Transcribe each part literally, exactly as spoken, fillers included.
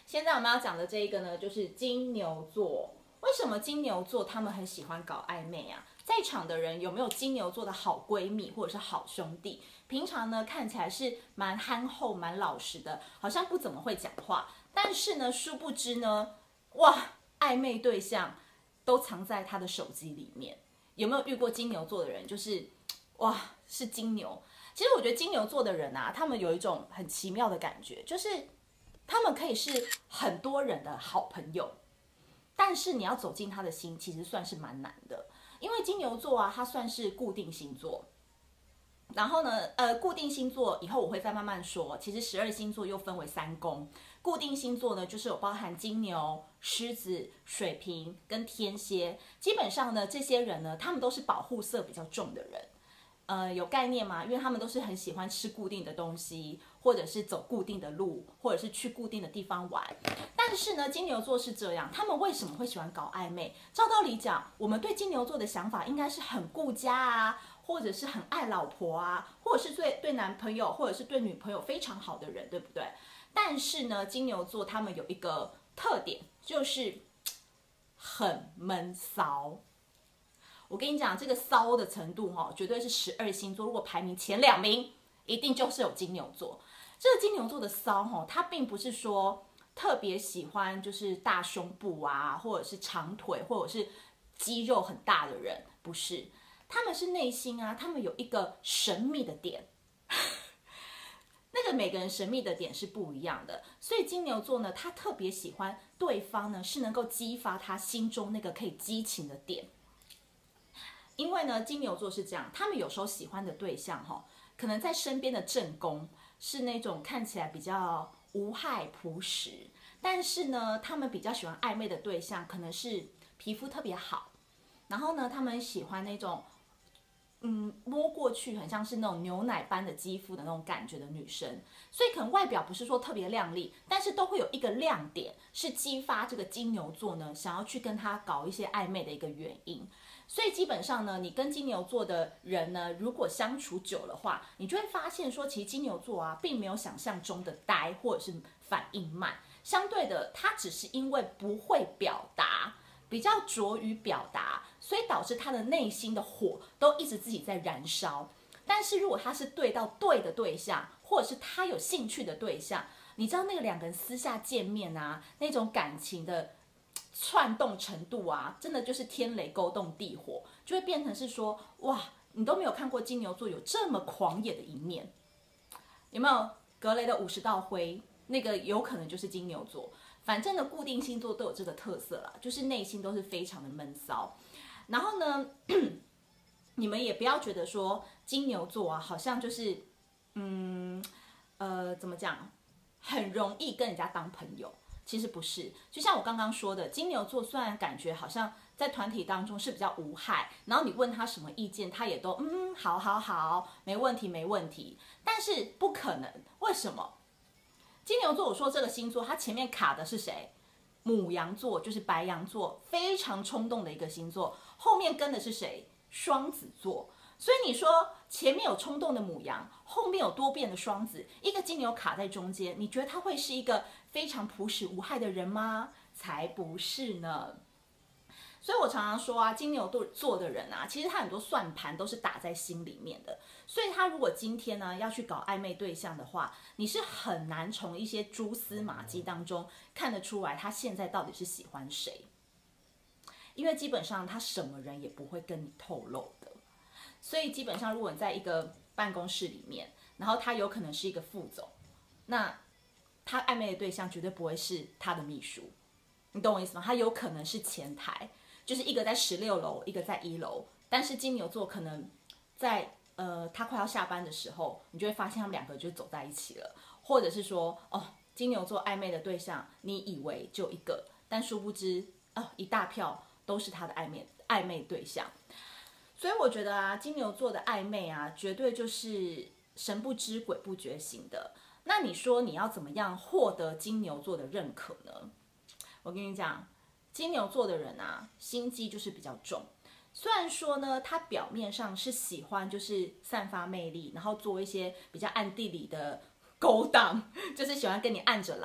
现在我们要讲的这一个呢，就是金牛座。为什么金牛座他们很喜欢搞暧昧啊？在场的人有没有金牛座的好闺蜜或者是好兄弟？平常呢看起来是蛮憨厚、蛮老实的，好像不怎么会讲话，但是呢，殊不知呢，哇，暧昧对象都藏在他的手机里面。有没有遇过金牛座的人？就是哇，是金牛。其实我觉得金牛座的人啊，他们有一种很奇妙的感觉，就是他们可以是很多人的好朋友，但是你要走进他的心，其实算是蛮难的。因为金牛座啊，它算是固定星座。然后呢，呃，固定星座以后我会再慢慢说。其实十二星座又分为三宫，固定星座呢就是有包含金牛、狮子、水瓶跟天蝎。基本上呢，这些人呢，他们都是保护色比较重的人。呃，有概念吗？因为他们都是很喜欢吃固定的东西，或者是走固定的路，或者是去固定的地方玩。但是呢，金牛座是这样，他们为什么会喜欢搞暧昧？照道理讲，我们对金牛座的想法应该是很顾家啊，或者是很爱老婆啊，或者是对对男朋友或者是对女朋友非常好的人，对不对？但是呢，金牛座他们有一个特点，就是很闷骚。我跟你讲，这个骚的程度哈，绝对是十二星座如果排名前两名，一定就是有金牛座。这个金牛座的骚哈，它并不是说特别喜欢就是大胸部啊，或者是长腿，或者是肌肉很大的人，不是。他们是内心啊，他们有一个神秘的点。那个每个人神秘的点是不一样的，所以金牛座呢，他特别喜欢对方呢是能够激发他心中那个可以激情的点。因为呢，金牛座是这样，他们有时候喜欢的对象哈，可能在身边的正宫是那种看起来比较无害朴实，但是呢，他们比较喜欢暧昧的对象，可能是皮肤特别好，然后呢，他们喜欢那种嗯摸过去很像是那种牛奶般的肌肤的那种感觉的女生，所以可能外表不是说特别亮丽，但是都会有一个亮点，是激发这个金牛座呢想要去跟他搞一些暧昧的一个原因。所以基本上呢，你跟金牛座的人呢，如果相处久的话，你就会发现说，其实金牛座啊，并没有想象中的呆或者是反应慢，相对的，他只是因为不会表达，比较拙于表达，所以导致他的内心的火都一直自己在燃烧。但是如果他是对到对的对象，或者是他有兴趣的对象，你知道那个两个人私下见面啊，那种感情的窜动程度啊，真的就是天雷勾动地火，就会变成是说，哇，你都没有看过金牛座有这么狂野的一面，有没有？格雷的五十道灰，那个有可能就是金牛座。反正呢，固定星座都有这个特色啦，就是内心都是非常的闷骚。然后呢，你们也不要觉得说金牛座啊，好像就是嗯呃怎么讲，很容易跟人家当朋友。其实不是，就像我刚刚说的，金牛座虽然感觉好像在团体当中是比较无害，然后你问他什么意见，他也都嗯好好好，没问题没问题，但是不可能，为什么？金牛座我说这个星座，它前面卡的是谁？牡羊座，就是白羊座，非常冲动的一个星座，后面跟的是谁？双子座。所以你说前面有冲动的牡羊，后面有多变的双子，一个金牛卡在中间，你觉得他会是一个非常朴实无害的人吗？才不是呢。所以我常常说啊，金牛座的人啊，其实他很多算盘都是打在心里面的。所以他如果今天呢要去搞暧昧对象的话，你是很难从一些蛛丝马迹当中看得出来他现在到底是喜欢谁，因为基本上他什么人也不会跟你透露的。所以基本上，如果你在一个办公室里面，然后他有可能是一个副总，那他暧昧的对象绝对不会是他的秘书，你懂我意思吗？他有可能是前台，就是一个在十六楼，一个在一楼，但是金牛座可能在呃他快要下班的时候，你就会发现他们两个就走在一起了，或者是说哦，金牛座暧昧的对象，你以为就一个，但殊不知哦一大票都是他的暧昧暧昧对象。所以我觉得啊，金牛座的暧昧啊，绝对就是神不知鬼不觉型的。那你说你要怎么样获得金牛座的认可呢？我跟你讲，金牛座的人啊，心机就是比较重。虽然说呢，他表面上是喜欢就是散发魅力，然后做一些比较暗地里的勾当，就是喜欢跟你按着来。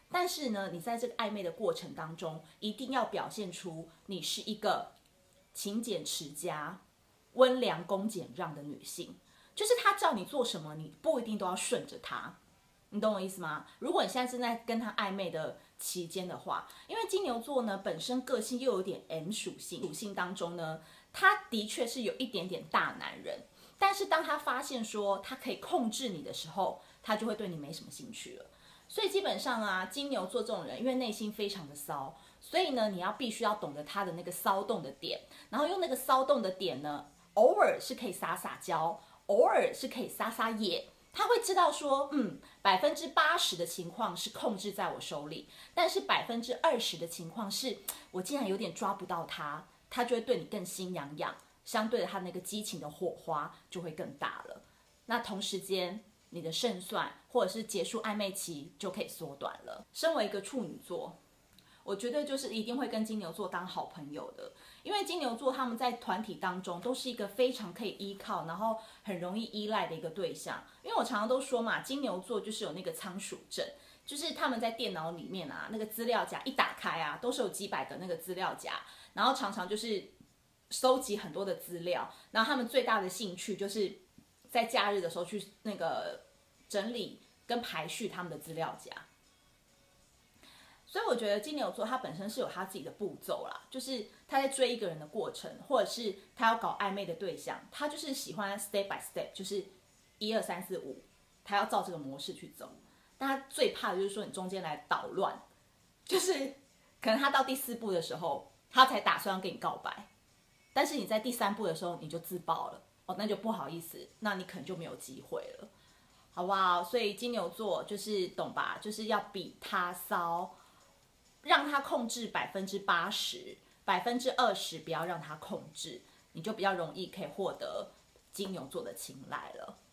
但是呢，你在这个暧昧的过程当中，一定要表现出你是一个勤俭持家、温良恭俭让的女性。就是他叫你做什么，你不一定都要顺着他，你懂我意思吗？如果你现在正在跟他暧昧的期间的话，因为金牛座呢本身个性又有点 M 属性，属性当中呢，他的确是有一点点大男人，但是当他发现说他可以控制你的时候，他就会对你没什么兴趣了。所以基本上啊，金牛座这种人，因为内心非常的骚，所以呢，你要必须要懂得他的那个骚动的点，然后用那个骚动的点呢，偶尔是可以撒撒娇，偶尔是可以撒撒野。他会知道说，嗯，百分之八十的情况是控制在我手里，但是百分之二十的情况是我竟然有点抓不到他，他就会对你更心痒痒，相对的他那个激情的火花就会更大了。那同时间，你的胜算或者是结束暧昧期就可以缩短了。身为一个处女座，我觉得就是一定会跟金牛座当好朋友的，因为金牛座他们在团体当中都是一个非常可以依靠，然后很容易依赖的一个对象。因为我常常都说嘛，金牛座就是有那个仓鼠症，就是他们在电脑里面啊，那个资料夹一打开啊，都是有几百个那个资料夹，然后常常就是收集很多的资料，然后他们最大的兴趣就是在假日的时候去那个整理跟排序他们的资料夹。所以我觉得金牛座他本身是有他自己的步骤啦，就是他在追一个人的过程，或者是他要搞暧昧的对象，他就是喜欢 step by step， 就是一二三四五，他要照这个模式去走。但他最怕的就是说你中间来捣乱，就是可能他到第四步的时候，他才打算要跟你告白，但是你在第三步的时候你就自爆了，哦，那就不好意思，那你可能就没有机会了，好不好？所以金牛座就是懂吧，就是要比他骚。让他控制百分之八十，百分之二十不要让他控制，你就比较容易可以获得金牛座的青睐了。